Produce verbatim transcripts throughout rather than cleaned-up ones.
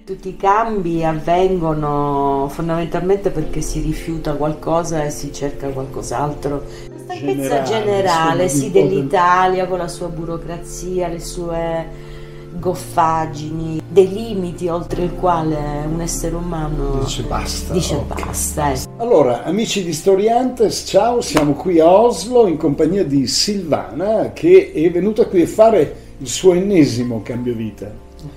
Tutti i cambi avvengono fondamentalmente perché si rifiuta qualcosa e si cerca qualcos'altro. La stanchezza generale, sì, dell'Italia con la sua burocrazia, le sue goffaggini, dei limiti oltre il quale un essere umano dice basta. Dice okay. basta eh. Allora, amici di Storiantes, ciao, siamo qui a Oslo in compagnia di Silvana che è venuta qui a fare il suo ennesimo cambio vita.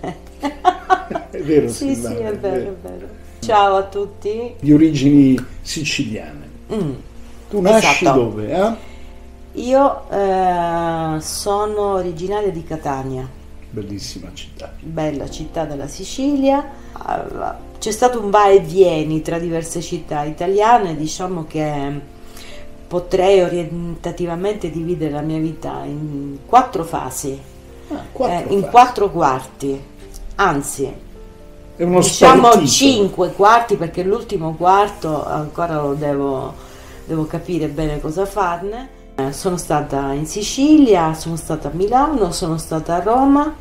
È vero, sì, Silvana? Sì, è vero, è vero. Ciao a tutti. Di origini siciliane. Mm, tu nasci esatto. dove? Eh? Io eh, sono originaria di Catania. Bellissima città. Bella città della Sicilia. C'è stato un va e vieni tra diverse città italiane. Diciamo che potrei orientativamente dividere la mia vita in quattro fasi, ah, quattro eh, in fasi. quattro quarti, anzi è uno diciamo spartito. cinque quarti, perché l'ultimo quarto ancora lo devo, devo capire bene cosa farne. Eh, sono stata in Sicilia, sono stata a Milano, sono stata a Roma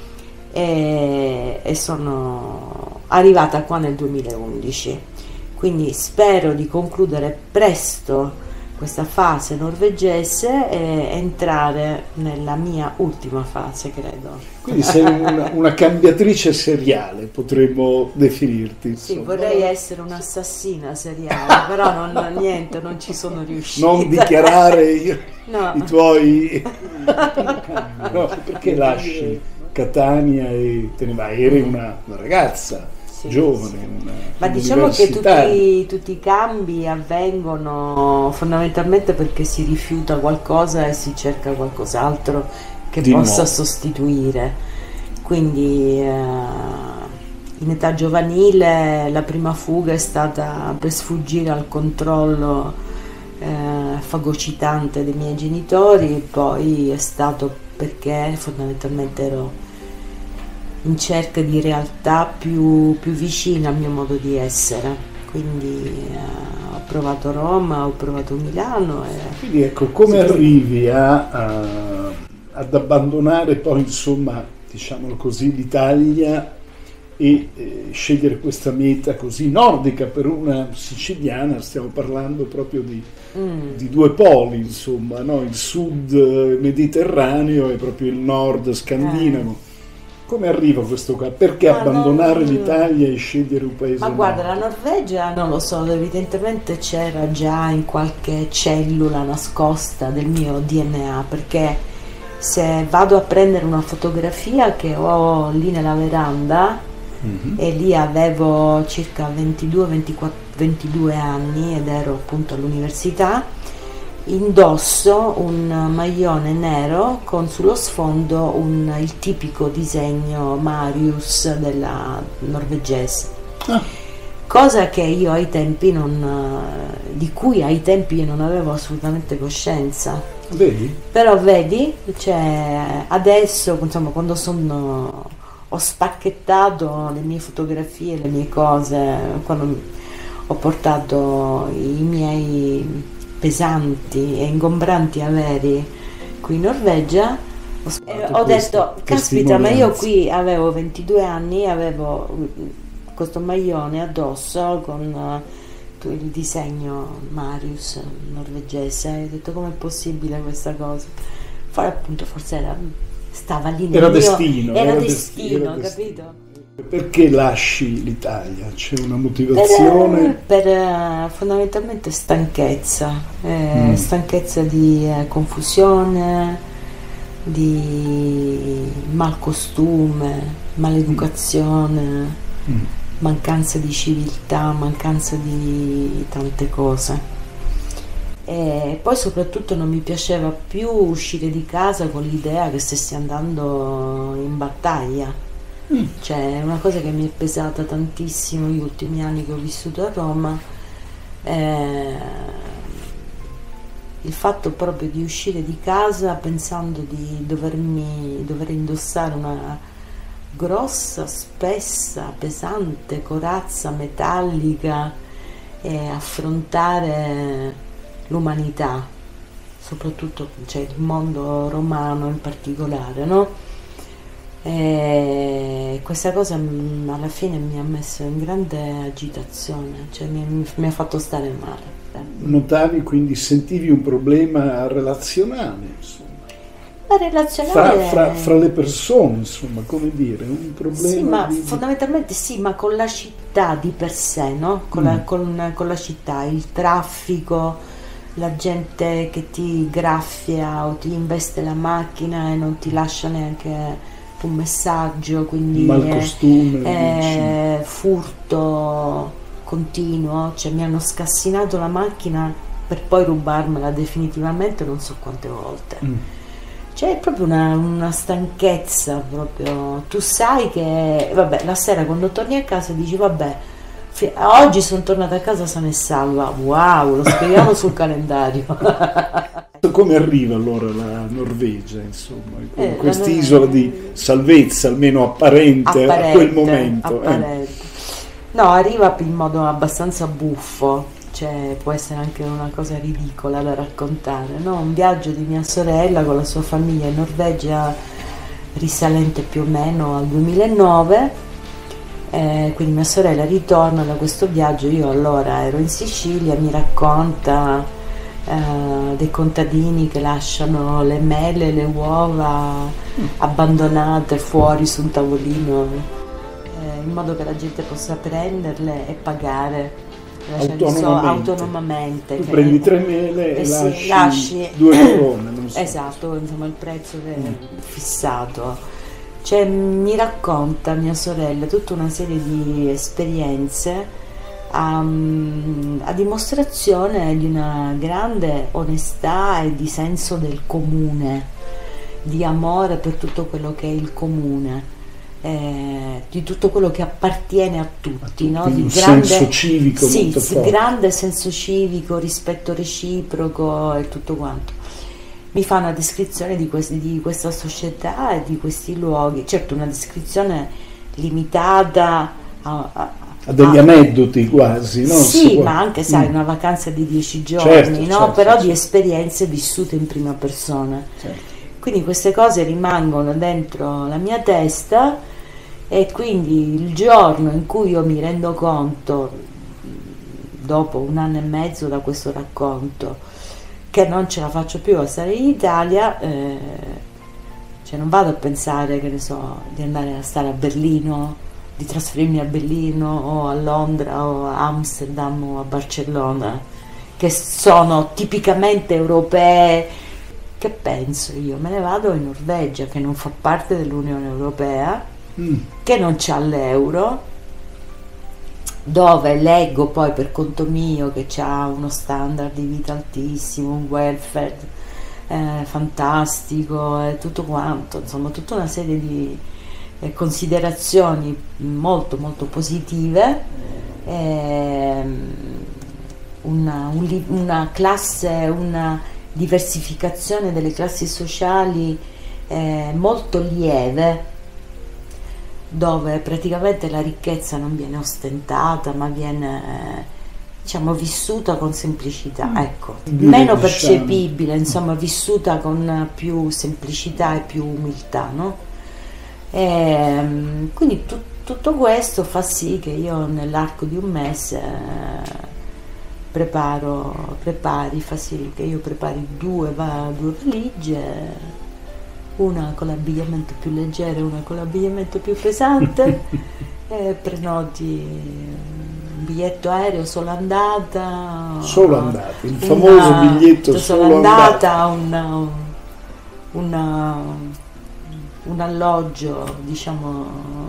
e, e sono arrivata qua nel duemilaundici, quindi spero di concludere presto questa fase norvegese e entrare nella mia ultima fase, credo. Quindi sei una, una cambiatrice seriale, potremmo definirti. Sì, insomma. vorrei essere un'assassina seriale, però non, niente, non ci sono riuscita. Non dichiarare i, no. i tuoi... no, perché lasci Catania e te ne vai? Eri una, una ragazza. Sì, giovane, sì. Una, ma diciamo che tutti, tutti i cambi avvengono fondamentalmente perché si rifiuta qualcosa e si cerca qualcos'altro che Di possa nuovo. sostituire. Quindi eh, in età giovanile la prima fuga è stata per sfuggire al controllo eh, fagocitante dei miei genitori, poi è stato perché fondamentalmente ero in cerca di realtà più, più vicina al mio modo di essere, quindi eh, ho provato Roma, ho provato Milano e... Quindi ecco, come sì, arrivi a, a, ad abbandonare poi insomma, diciamolo così, l'Italia e eh, scegliere questa meta così nordica per una siciliana? Stiamo parlando proprio di, mm. di due poli, insomma, no? Il sud mediterraneo e proprio il nord scandinavo. Eh. Come arriva questo qua? Perché ma abbandonare non... l'Italia e scegliere un paese? Ma guarda, la Norvegia non lo so, evidentemente c'era già in qualche cellula nascosta del mio D N A, perché se vado a prendere una fotografia che ho lì nella veranda, mm-hmm. e lì avevo circa ventidue ventiquattro, ventidue anni ed ero appunto all'università, indosso un maglione nero con sullo sfondo un, il tipico disegno Marius della norvegese, ah. cosa che io ai tempi non, di cui ai tempi io non avevo assolutamente coscienza. Vedi? Però vedi, cioè, adesso insomma, quando sono ho spacchettato le mie fotografie, le mie cose, quando ho portato i miei pesanti e ingombranti averi qui in Norvegia, ho, eh, ho detto caspita, ma io qui avevo ventidue anni, avevo questo maglione addosso con uh, il disegno Marius norvegese, ho detto com'è possibile questa cosa? Poi appunto forse era, stava lì nel era mio, destino, era, era destino, era capito? Destino. Perché lasci l'Italia? C'è una motivazione? Per, per uh, fondamentalmente stanchezza, eh, mm. stanchezza di eh, confusione, di malcostume, maleducazione, mm. mancanza di civiltà, mancanza di tante cose. E poi soprattutto non mi piaceva più uscire di casa con l'idea che stessi andando in battaglia. Mm. Cioè è una cosa che mi è pesata tantissimo gli ultimi anni che ho vissuto a Roma, eh, il fatto proprio di uscire di casa pensando di dovermi dover indossare una grossa, spessa, pesante corazza metallica e affrontare l'umanità, soprattutto cioè, il mondo romano in particolare, no? E questa cosa mm, alla fine mi ha messo in grande agitazione, cioè mi, mi ha fatto stare male. Notavi, quindi sentivi un problema relazionale, insomma. Ma relazionale... Fra, fra, fra le persone, insomma, come dire, un problema... Sì, ma di... fondamentalmente sì, ma con la città di per sé, no? Con, mm. la, con, con la città, il traffico, la gente che ti graffia o ti investe la macchina e non ti lascia neanche un messaggio, quindi... Malcostume, è, è furto continuo, cioè mi hanno scassinato la macchina per poi rubarmela definitivamente non so quante volte. Mm. Cioè è proprio una, una stanchezza proprio. Tu sai che, vabbè, la sera quando torni a casa dici, vabbè, fi- oggi sono tornata a casa sana e salva, wow, lo scriviamo sul calendario. Come arriva allora la Norvegia, insomma, eh, quest'isola la... di salvezza, almeno apparente, apparente a quel momento? Apparente. Eh. No, arriva in modo abbastanza buffo. Cioè, può essere anche una cosa ridicola da raccontare, no? Un viaggio di mia sorella con la sua famiglia in Norvegia risalente più o meno al duemilanove, eh, quindi mia sorella ritorna da questo viaggio, io allora ero in Sicilia, mi racconta eh, dei contadini che lasciano le mele, le uova mm. abbandonate fuori su un tavolino eh, in modo che la gente possa prenderle e pagare. Autonomamente. So, autonomamente tu che prendi tre mele e eh lasci, sì, lasci due corone, non so. Esatto, insomma il prezzo che è fissato. Cioè mi racconta mia sorella tutta una serie di esperienze a, a dimostrazione di una grande onestà e di senso del comune, di amore per tutto quello che è il comune. Eh, di tutto quello che appartiene a tutti, no? Di un grande senso civico sì, molto forte. Grande senso civico, rispetto reciproco e tutto quanto. Mi fa una descrizione di, questi, di questa società e di questi luoghi, certo una descrizione limitata a, a, a degli a, aneddoti quasi, no? Sì, ma anche sai, mm. una vacanza di dieci giorni, certo, no? certo, Però certo. Di esperienze vissute in prima persona. Certo. Quindi queste cose rimangono dentro la mia testa e quindi il giorno in cui io mi rendo conto, dopo un anno e mezzo da questo racconto, che non ce la faccio più a stare in Italia, eh, cioè non vado a pensare, che ne so, di andare a stare a Berlino, di trasferirmi a Berlino o a Londra o a Amsterdam o a Barcellona, che sono tipicamente europee. Che penso io? Me ne vado in Norvegia, che non fa parte dell'Unione Europea, mm. che non c'ha l'euro, dove leggo poi per conto mio che c'ha uno standard di vita altissimo, un welfare eh, fantastico e tutto quanto, insomma tutta una serie di eh, considerazioni molto molto positive, eh, una, un, una classe, una diversificazione delle classi sociali eh, molto lieve, dove praticamente la ricchezza non viene ostentata ma viene eh, diciamo vissuta con semplicità, mm. ecco, Dire, meno diciamo. percepibile, insomma vissuta con più semplicità e più umiltà, no? E, quindi tu, tutto questo fa sì che io nell'arco di un mese eh, Preparo, prepari, fa sì che io prepari due, va, due valigie, una con l'abbigliamento più leggero e una con l'abbigliamento più pesante, e prenoti un biglietto aereo solo andata, solo andata, il famoso una, biglietto solo, solo andata, andata una, una, un alloggio diciamo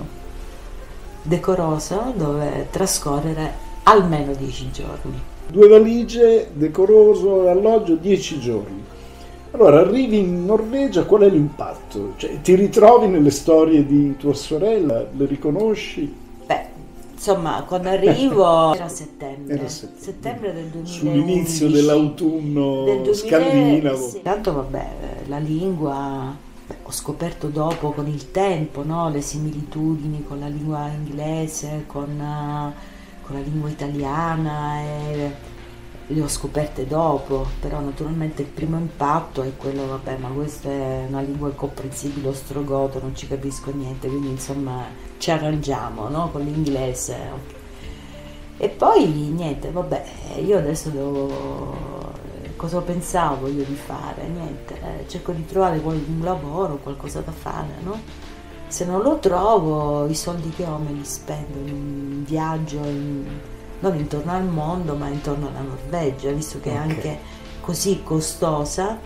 decoroso dove trascorrere almeno dieci giorni. Due valigie, decoroso, alloggio, dieci giorni. Allora, arrivi in Norvegia, qual è l'impatto? Cioè, ti ritrovi nelle storie di tua sorella? Le riconosci? Beh, insomma, quando arrivo era settembre. Era settembre. settembre del duemilaundici. Sull'inizio dell'autunno del duemila, scandinavo. Sì. Tanto, vabbè, la lingua beh, ho scoperto dopo, con il tempo, no? Le similitudini con la lingua inglese, con... Uh, con la lingua italiana e le ho scoperte dopo, però naturalmente il primo impatto è quello, vabbè, ma questa è una lingua incomprensibile, ostrogoto, non ci capisco niente, quindi insomma ci arrangiamo, no? Con l'inglese. E poi niente, vabbè, io adesso devo... cosa pensavo io di fare? Niente, eh, cerco di trovare un lavoro, qualcosa da fare, no? Se non lo trovo, i soldi che ho me li spendo in viaggio, in... non intorno al mondo, ma intorno alla Norvegia, visto che è okay. anche così costosa.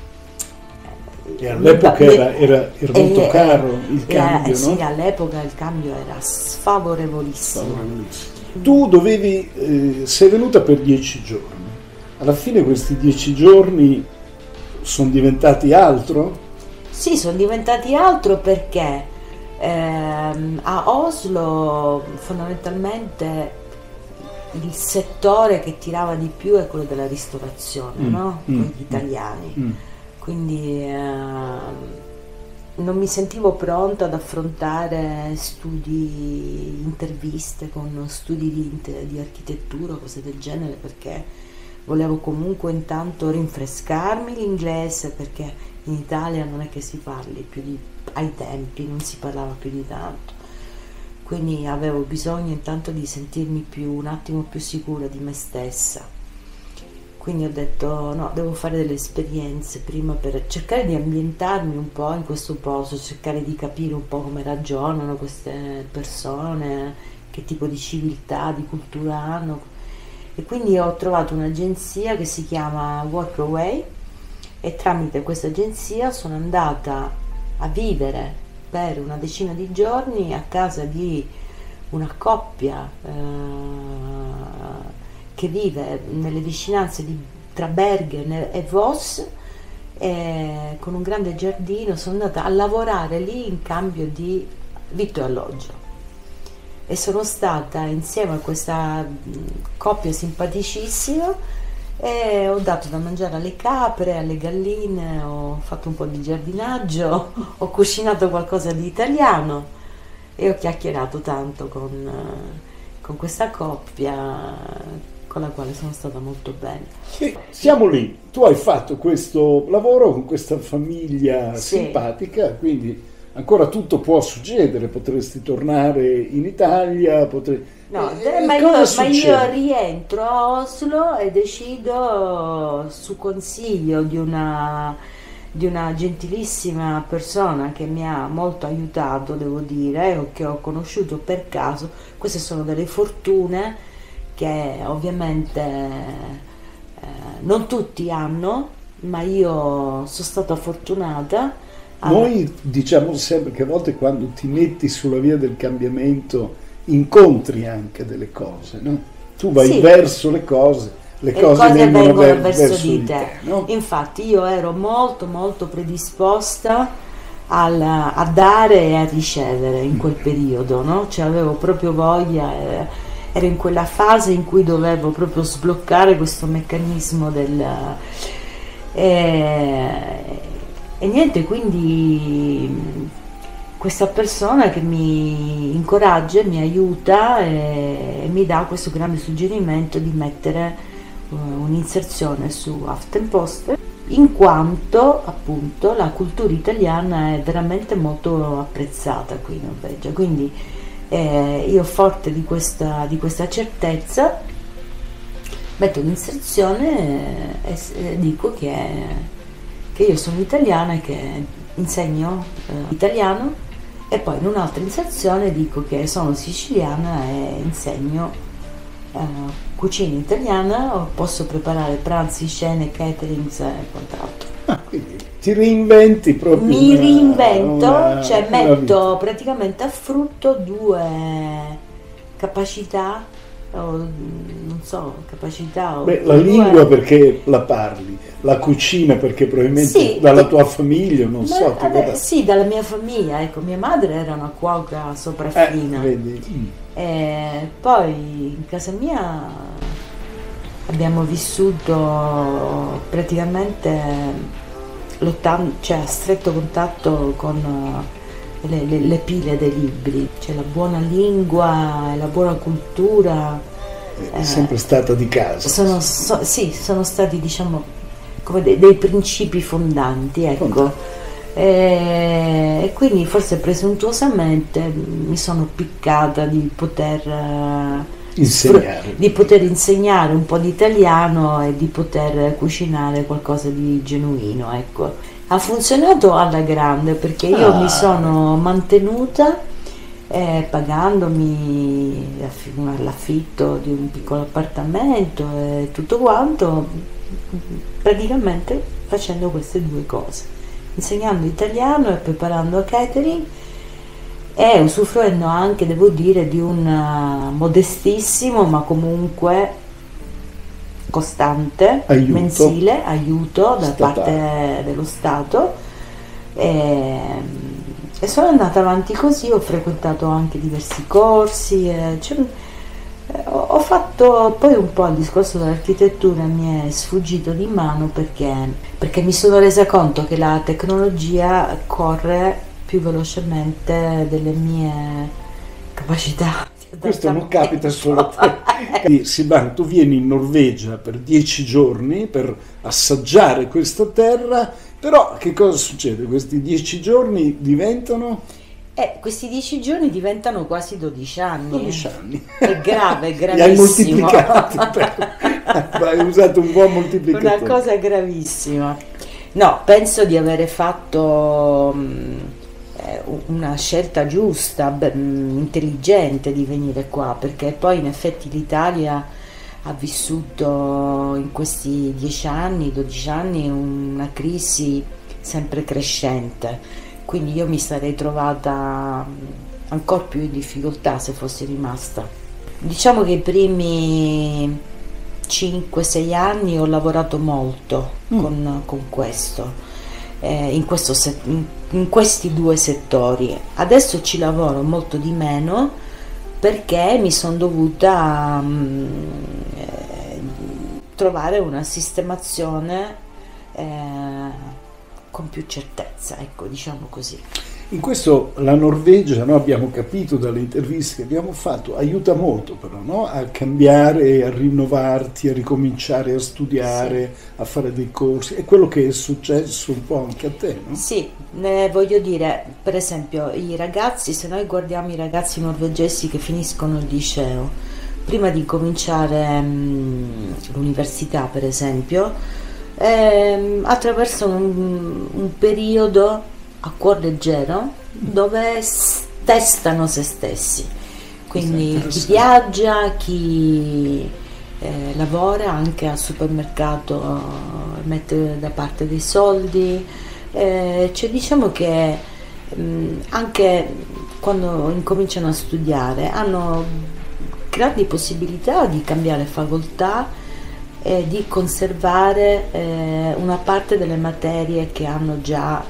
E all'epoca era, era, era molto e, caro il cambio, eh, sì, no? all'epoca il cambio era sfavorevolissimo. sfavorevolissimo. Tu dovevi, eh, sei venuta per dieci giorni. Alla fine questi dieci giorni sono diventati altro? Sì, sono diventati altro perché ehm, a Oslo fondamentalmente il settore che tirava di più è quello della ristorazione, mm, no? Mm, con gli italiani. Mm. Quindi eh, non mi sentivo pronta ad affrontare studi, interviste con studi di, di architettura, cose del genere, perché volevo comunque intanto rinfrescarmi l'inglese, perché in Italia non è che si parli più di, ai tempi non si parlava più di tanto. Quindi avevo bisogno intanto di sentirmi più, un attimo più sicura di me stessa. Quindi ho detto no, devo fare delle esperienze prima per cercare di ambientarmi un po' in questo posto, cercare di capire un po' come ragionano queste persone, che tipo di civiltà, di cultura hanno. E quindi ho trovato un'agenzia che si chiama Workaway e tramite questa agenzia sono andata a vivere per una decina di giorni a casa di una coppia eh, che vive nelle vicinanze di, tra Bergen e Voss, e con un grande giardino. Sono andata a lavorare lì in cambio di vitto e alloggio e sono stata insieme a questa coppia simpaticissima e ho dato da mangiare alle capre, alle galline, ho fatto un po' di giardinaggio, ho cucinato qualcosa di italiano e ho chiacchierato tanto con, con questa coppia con la quale sono stata molto bene. E siamo lì, tu hai fatto questo lavoro con questa famiglia sì. simpatica, quindi ancora tutto può succedere, potresti tornare in Italia, potre... no, eh, ma, io, ma io rientro a Oslo e decido, su consiglio di una, di una gentilissima persona che mi ha molto aiutato, devo dire, o che ho conosciuto per caso. Queste sono delle fortune che ovviamente eh, non tutti hanno, ma io sono stata fortunata. Noi diciamo sempre che a volte quando ti metti sulla via del cambiamento incontri anche delle cose, no? Tu vai sì. verso le cose, le cose, cose vengono, vengono ver- verso, verso di di te, te no? Infatti io ero molto molto predisposta al, a dare e a ricevere in quel periodo, no? Cioè avevo proprio voglia, eh, ero in quella fase in cui dovevo proprio sbloccare questo meccanismo del... Eh, E niente, quindi questa persona che mi incoraggia, mi aiuta e, e mi dà questo grande suggerimento di mettere uh, un'inserzione su Aftenpost, in quanto appunto la cultura italiana è veramente molto apprezzata qui in Norvegia. Quindi eh, io forte di questa, di questa certezza metto l'inserzione e, e dico che che io sono italiana e che insegno eh, italiano, e poi in un'altra inserzione dico che sono siciliana e insegno eh, cucina italiana, o posso preparare pranzi, cene, caterings e quant'altro. Ah, quindi ti reinventi proprio. Mi una, reinvento, una, cioè una metto vita. praticamente a frutto due capacità, o non so, capacità. O Beh, la due... lingua perché la parli, la cucina perché probabilmente sì, dalla tua famiglia, non ma, so. vabbè, sì, dalla mia famiglia, ecco, mia madre era una cuoca sopraffina. Eh, vedi. E poi in casa mia abbiamo vissuto praticamente lottando, cioè a stretto contatto con le, le, le pile dei libri, cioè la buona lingua e la buona cultura È eh, sempre stata di casa. Sono, so, sì, sono stati, diciamo, come dei, dei principi fondanti, ecco. Fondati. E, e quindi forse presuntuosamente mi sono piccata di poter insegnare. di poter insegnare un po' di italiano e di poter cucinare qualcosa di genuino, ecco. Ha funzionato alla grande, perché io ah. mi sono mantenuta eh, pagandomi l'affitto di un piccolo appartamento e tutto quanto, praticamente facendo queste due cose, insegnando italiano e preparando catering, e usufruendo anche, devo dire, di un modestissimo ma comunque costante aiuto. mensile aiuto da Statale. parte dello Stato, e, e sono andata avanti così. Ho frequentato anche diversi corsi, e, cioè, ho fatto poi un po' il discorso dell'architettura, mi è sfuggito di mano perché, perché mi sono resa conto che la tecnologia corre più velocemente delle mie capacità. Questo non capita solo a te. Silvana, tu vieni in Norvegia per dieci giorni per assaggiare questa terra, però che cosa succede? Questi dieci giorni diventano... Eh, questi dieci giorni diventano quasi dodici anni. dodici anni. È grave, è gravissimo. Li hai moltiplicati, per... hai usato un buon moltiplicatore. Una cosa gravissima. No, penso di avere fatto mh, una scelta giusta, beh, intelligente di venire qua, perché poi in effetti l'Italia ha vissuto in questi dieci anni, dodici anni una crisi sempre crescente. Quindi io mi sarei trovata ancora più in difficoltà se fossi rimasta. Diciamo che i primi cinque sei anni ho lavorato molto mm. con, con questo, eh, in, questo in, in questi due settori. Adesso ci lavoro molto di meno perché mi sono dovuta um, eh, trovare una sistemazione eh, con più certezza, ecco, diciamo così. In questo la Norvegia, no, abbiamo capito dalle interviste che abbiamo fatto, aiuta molto però, no? A cambiare, a rinnovarti, a ricominciare a studiare, sì. A fare dei corsi. È quello che è successo un po' anche a te, no? Sì, eh, voglio dire, per esempio, i ragazzi, se noi guardiamo i ragazzi norvegesi che finiscono il liceo, prima di cominciare mh, l'università, per esempio, Eh, attraverso un, un periodo a cuor leggero dove testano se stessi, quindi chi viaggia, chi eh, lavora anche al supermercato, mette da parte dei soldi, eh, cioè diciamo che mh, anche quando incominciano a studiare hanno grandi possibilità di cambiare facoltà e di conservare eh, una parte delle materie che hanno già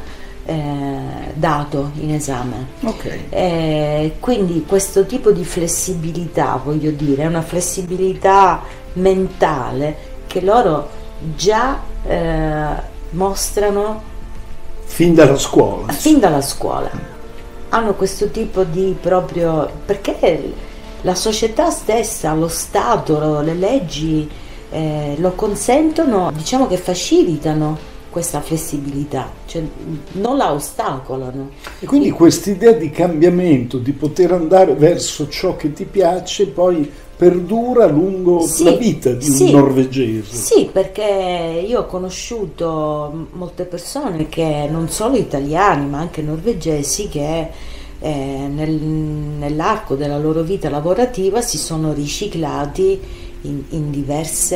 eh, dato in esame. Okay. Eh, quindi questo tipo di flessibilità, voglio dire, è una flessibilità mentale che loro già eh, mostrano fin dalla scuola. Fin dalla scuola. Hanno questo tipo di proprio, perché la società stessa, lo Stato, le leggi Eh, lo consentono, diciamo che facilitano questa flessibilità, cioè non la ostacolano. E quindi quest'idea di cambiamento, di poter andare verso ciò che ti piace, poi perdura lungo sì, la vita di sì, un norvegese. Sì, perché io ho conosciuto molte persone, che non solo italiani ma anche norvegesi, che eh, nel, nell'arco della loro vita lavorativa si sono riciclati In, in diverse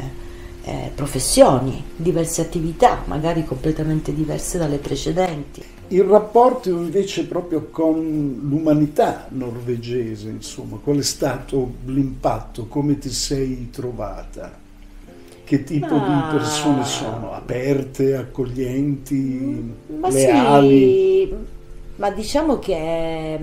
eh, professioni, diverse attività, magari completamente diverse dalle precedenti. Il rapporto invece proprio con l'umanità norvegese, insomma, qual è stato l'impatto? Come ti sei trovata? Che tipo ma... di persone sono? Aperte, accoglienti, ma leali? Sì, ma diciamo che è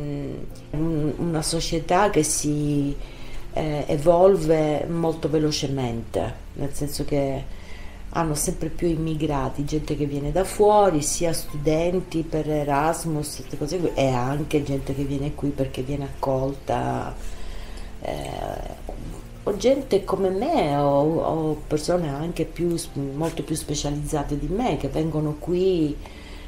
um, una società che si Eh, evolve molto velocemente, nel senso che hanno sempre più immigrati, gente che viene da fuori, sia studenti per Erasmus, queste cose qui, e anche gente che viene qui perché viene accolta eh, o gente come me o, o persone anche più, molto più specializzate di me che vengono qui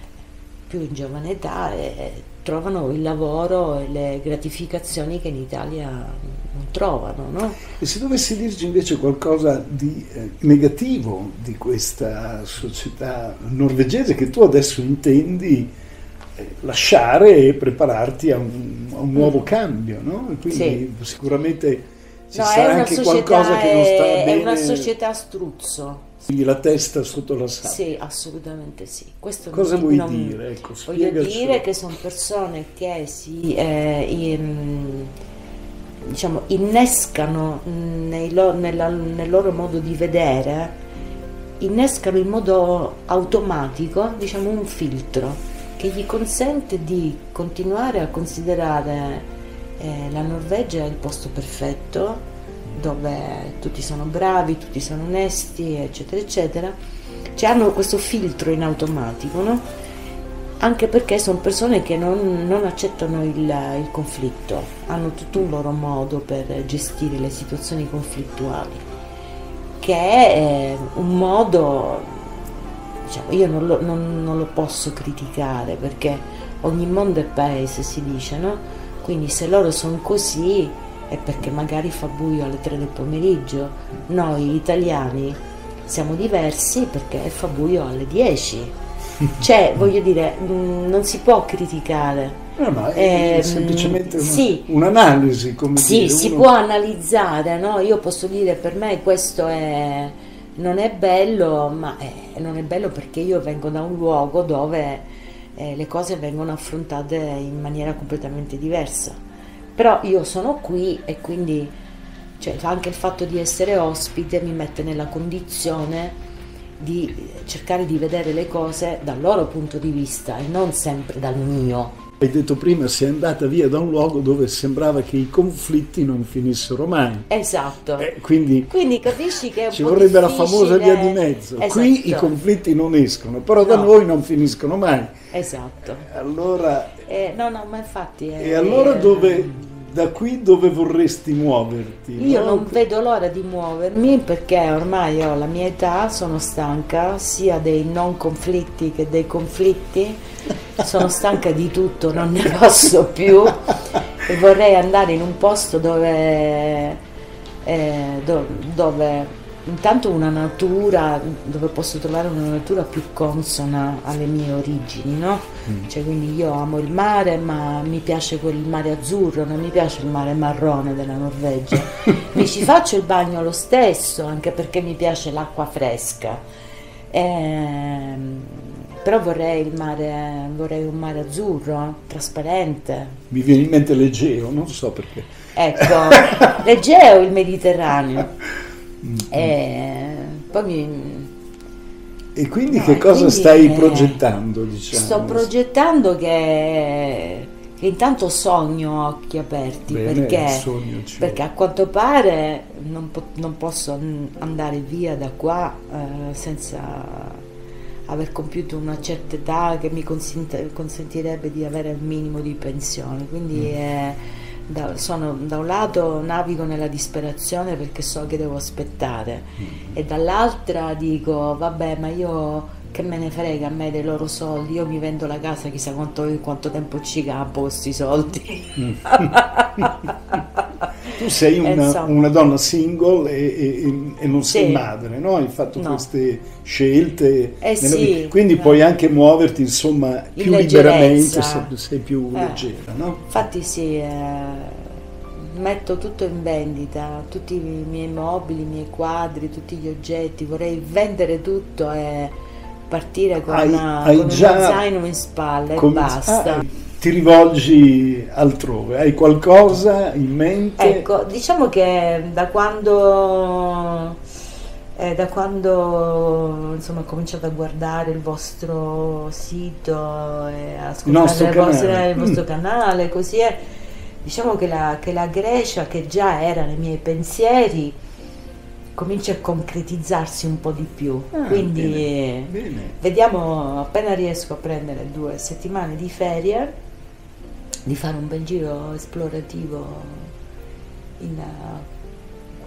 più in giovane età e trovano il lavoro e le gratificazioni che in Italia non trovano, no? E se dovessi dirci invece qualcosa di eh, negativo di questa società norvegese che tu adesso intendi eh, lasciare e prepararti a un, a un nuovo mm. cambio, no? E quindi sì. Sicuramente ci no, sarà anche società, qualcosa che non sta è, bene. È una società struzzo. Quindi la testa sotto la sabbia. Sì, assolutamente sì. Questo cosa non, vuoi non, dire? Ecco, voglio dire che sono persone che si eh, in, diciamo, innescano nei lo, nella, nel loro modo di vedere, innescano in modo automatico, diciamo, un filtro che gli consente di continuare a considerare eh, la Norvegia il posto perfetto, dove tutti sono bravi, tutti sono onesti, eccetera, eccetera. Cioè hanno questo filtro in automatico, no? Anche perché sono persone che non, non accettano il, il conflitto, hanno tutto un loro modo per gestire le situazioni conflittuali, che è un modo, diciamo, io non lo, non, non lo posso criticare, perché ogni mondo è paese, si dice, no? Quindi se loro sono così è perché magari fa buio alle tre del pomeriggio. Noi italiani siamo diversi perché fa buio alle dieci. Cioè, voglio dire, non si può criticare. No, no, è eh, semplicemente una, sì, un'analisi, come sì, dire. si uno... può analizzare, no? Io posso dire, per me questo è, non è bello, ma è, non è bello perché io vengo da un luogo dove eh, le cose vengono affrontate in maniera completamente diversa. Però io sono qui e quindi, cioè, anche il fatto di essere ospite mi mette nella condizione di cercare di vedere le cose dal loro punto di vista e non sempre dal mio. Hai detto prima, sei andata via da un luogo dove sembrava che i conflitti non finissero mai. Esatto. Eh, quindi, quindi capisci che è un ci po' vorrebbe difficile. La famosa via di mezzo. Esatto. Qui i conflitti non escono, però da no. noi non finiscono mai. Esatto. Allora, eh, no, no, ma infatti... È, e allora dove... Da qui dove vorresti muoverti? Io no? non vedo l'ora di muovermi perché ormai ho la mia età, sono stanca sia dei non conflitti che dei conflitti, sono stanca di tutto, non ne posso più e vorrei andare in un posto dove, eh, do, dove intanto una natura, dove posso trovare una natura più consona alle mie origini, no? Mm. Cioè, quindi io amo il mare, ma mi piace quel mare azzurro, non mi piace il mare marrone della Norvegia. Mi ci faccio il bagno lo stesso, anche perché mi piace l'acqua fresca. Ehm, però vorrei il mare, vorrei un mare azzurro, trasparente. Mi viene in mente l'Egeo, non so perché. Ecco, l'Egeo, il Mediterraneo. E poi mi... E quindi no, che e cosa quindi stai progettando, diciamo? Sto progettando che, che intanto sogno a occhi aperti. Bene, perché, ci perché a quanto pare non, po- non posso andare via da qua eh, senza aver compiuto una certa età che mi consente, consentirebbe di avere il minimo di pensione, quindi mm. è, Da, sono, da un lato navigo nella disperazione perché so che devo aspettare mm. e dall'altra dico vabbè, ma io che me ne frega a me dei loro soldi, io mi vendo la casa, chissà quanto, quanto tempo ci campo questi soldi. mm. Tu sei una, una donna single e, e, e non sei sì. madre, no? Hai fatto no. queste scelte, eh sì, quindi eh. puoi anche muoverti, insomma, in più leggerezza. liberamente, sei, sei più eh. leggera, no? Infatti sì, eh, metto tutto in vendita, tutti i miei mobili, i miei quadri, tutti gli oggetti, vorrei vendere tutto e partire con, hai, una, hai con uno zaino in spalla e basta. Ah, ti rivolgi altrove, hai qualcosa in mente? Ecco, diciamo che da quando eh, da quando insomma ho cominciato a guardare il vostro sito e ascoltare il, vostre, il vostro mm. canale, così è, diciamo che la, che la Grecia, che già era nei miei pensieri, comincia a concretizzarsi un po' di più, ah, quindi bene, bene. Vediamo, appena riesco a prendere due settimane di ferie, di fare un bel giro esplorativo in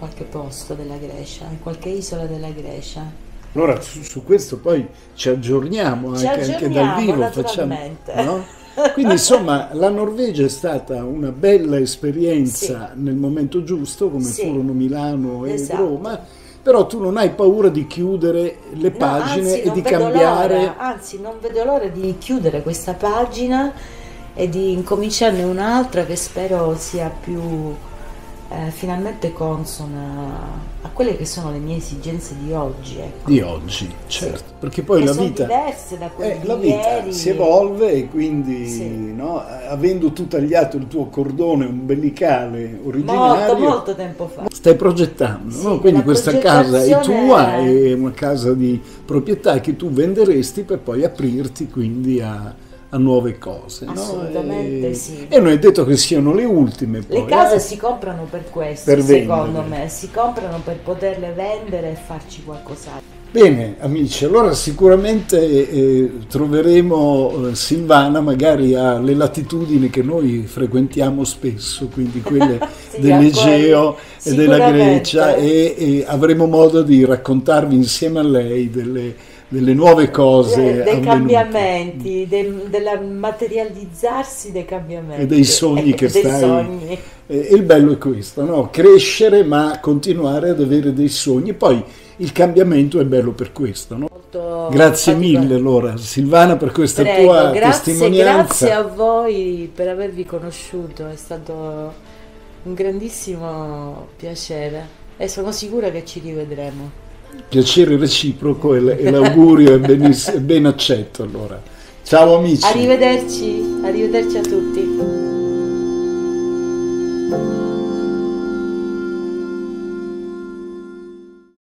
qualche posto della Grecia, in qualche isola della Grecia. Allora su, su questo poi ci aggiorniamo, Ci anche, anche aggiorniamo, dal vivo facciamo, naturalmente. no? Quindi insomma la Norvegia è stata una bella esperienza Sì. nel momento giusto, come Sì. furono Milano e Esatto. Roma, però tu non hai paura di chiudere le No, pagine anzi, e non di vedo cambiare. l'ora, anzi, non vedo l'ora di chiudere questa pagina e di incominciarne un'altra che spero sia più eh, finalmente consona a quelle che sono le mie esigenze di oggi. Ecco. Di oggi, certo, Sì. perché poi Che la sono vita, diverse da quelle eh, di la vita ieri. si evolve e quindi, Sì. no, avendo tu tagliato il tuo cordone umbilicale Molto, originario, molto tempo fa. stai progettando, Sì, no? Quindi la questa casa è progettazione tua, è- è una casa di proprietà che tu venderesti per poi aprirti quindi a, a nuove cose. No? Assolutamente E, sì. e non è detto che siano le ultime. Poi, Le case eh? si comprano per questo, Per secondo vendere. me, si comprano per poterle vendere e farci qualcos'altro. Bene amici, allora sicuramente eh, troveremo eh, Silvana magari alle latitudini che noi frequentiamo spesso, quindi quelle Sì, dell'Egeo a e quelli, della sicuramente. Grecia e, e avremo modo di raccontarvi insieme a lei delle, delle nuove cose Eh, dei avvenute cambiamenti, del, del materializzarsi dei cambiamenti e dei sogni che dei stai... sogni. E il bello è questo, no? Crescere ma continuare ad avere dei sogni. Poi il cambiamento è bello per questo, no? Molto Grazie particolare. mille allora Silvana per questa Prego, tua grazie, testimonianza. grazie a voi per avervi conosciuto, è stato un grandissimo piacere e sono sicura che ci rivedremo. Piacere reciproco e, l- e l'augurio è, beniss- è ben accetto allora. Ciao amici. Arrivederci, arrivederci a tutti.